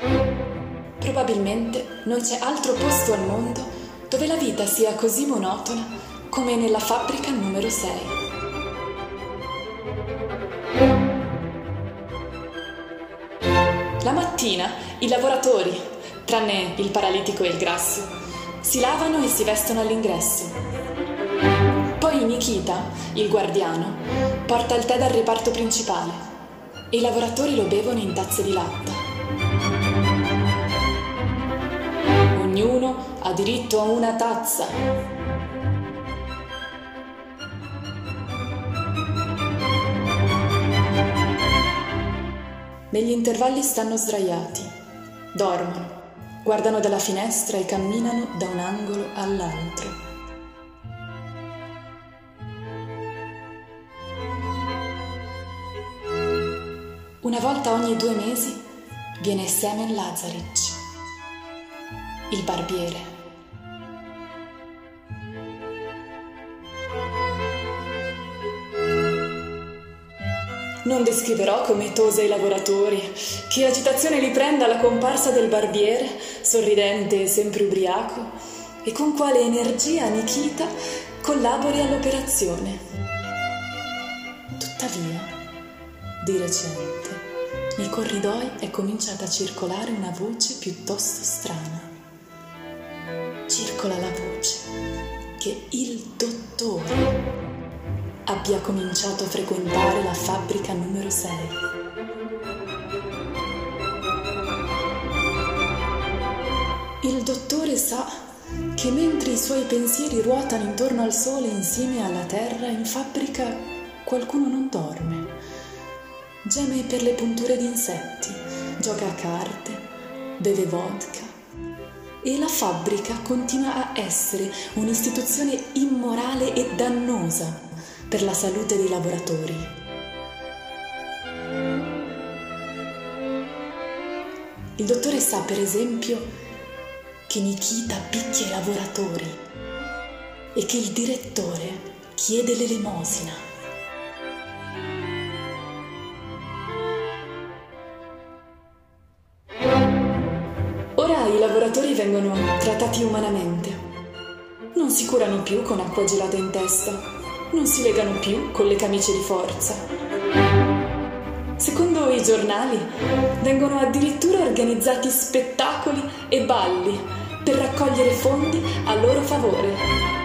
Probabilmente non c'è altro posto al mondo dove la vita sia così monotona come nella fabbrica numero 6. La mattina i lavoratori, tranne il paralitico e il grasso, si lavano e si vestono all'ingresso. Poi Nikita, il guardiano, porta il tè dal reparto principale e i lavoratori lo bevono in tazze di latta. Ognuno ha diritto a una tazza. Negli intervalli stanno sdraiati, dormono, guardano dalla finestra e camminano da un angolo all'altro. Una volta ogni 2 mesi viene Semen Lazaric, il barbiere. Non descriverò come tose i lavoratori, che agitazione li prenda alla comparsa del barbiere, sorridente e sempre ubriaco, e con quale energia Nikita collabori all'operazione. Tuttavia, di recente, nei corridoi è cominciata a circolare una voce piuttosto strana. Circola la voce che il dottore abbia cominciato a frequentare la fabbrica numero 6. Il dottore sa che mentre i suoi pensieri ruotano intorno al sole insieme alla terra, in fabbrica qualcuno non dorme. Geme per le punture di insetti, gioca a carte, beve vodka. E la fabbrica continua a essere un'istituzione immorale e dannosa per la salute dei lavoratori. Il dottore sa, per esempio, che Nikita picchia i lavoratori e che il direttore chiede l'elemosina. Ora i lavoratori vengono trattati umanamente. Non si curano più con acqua gelata in testa. Non si legano più con le camicie di forza. Secondo i giornali, vengono addirittura organizzati spettacoli e balli per raccogliere fondi a loro favore.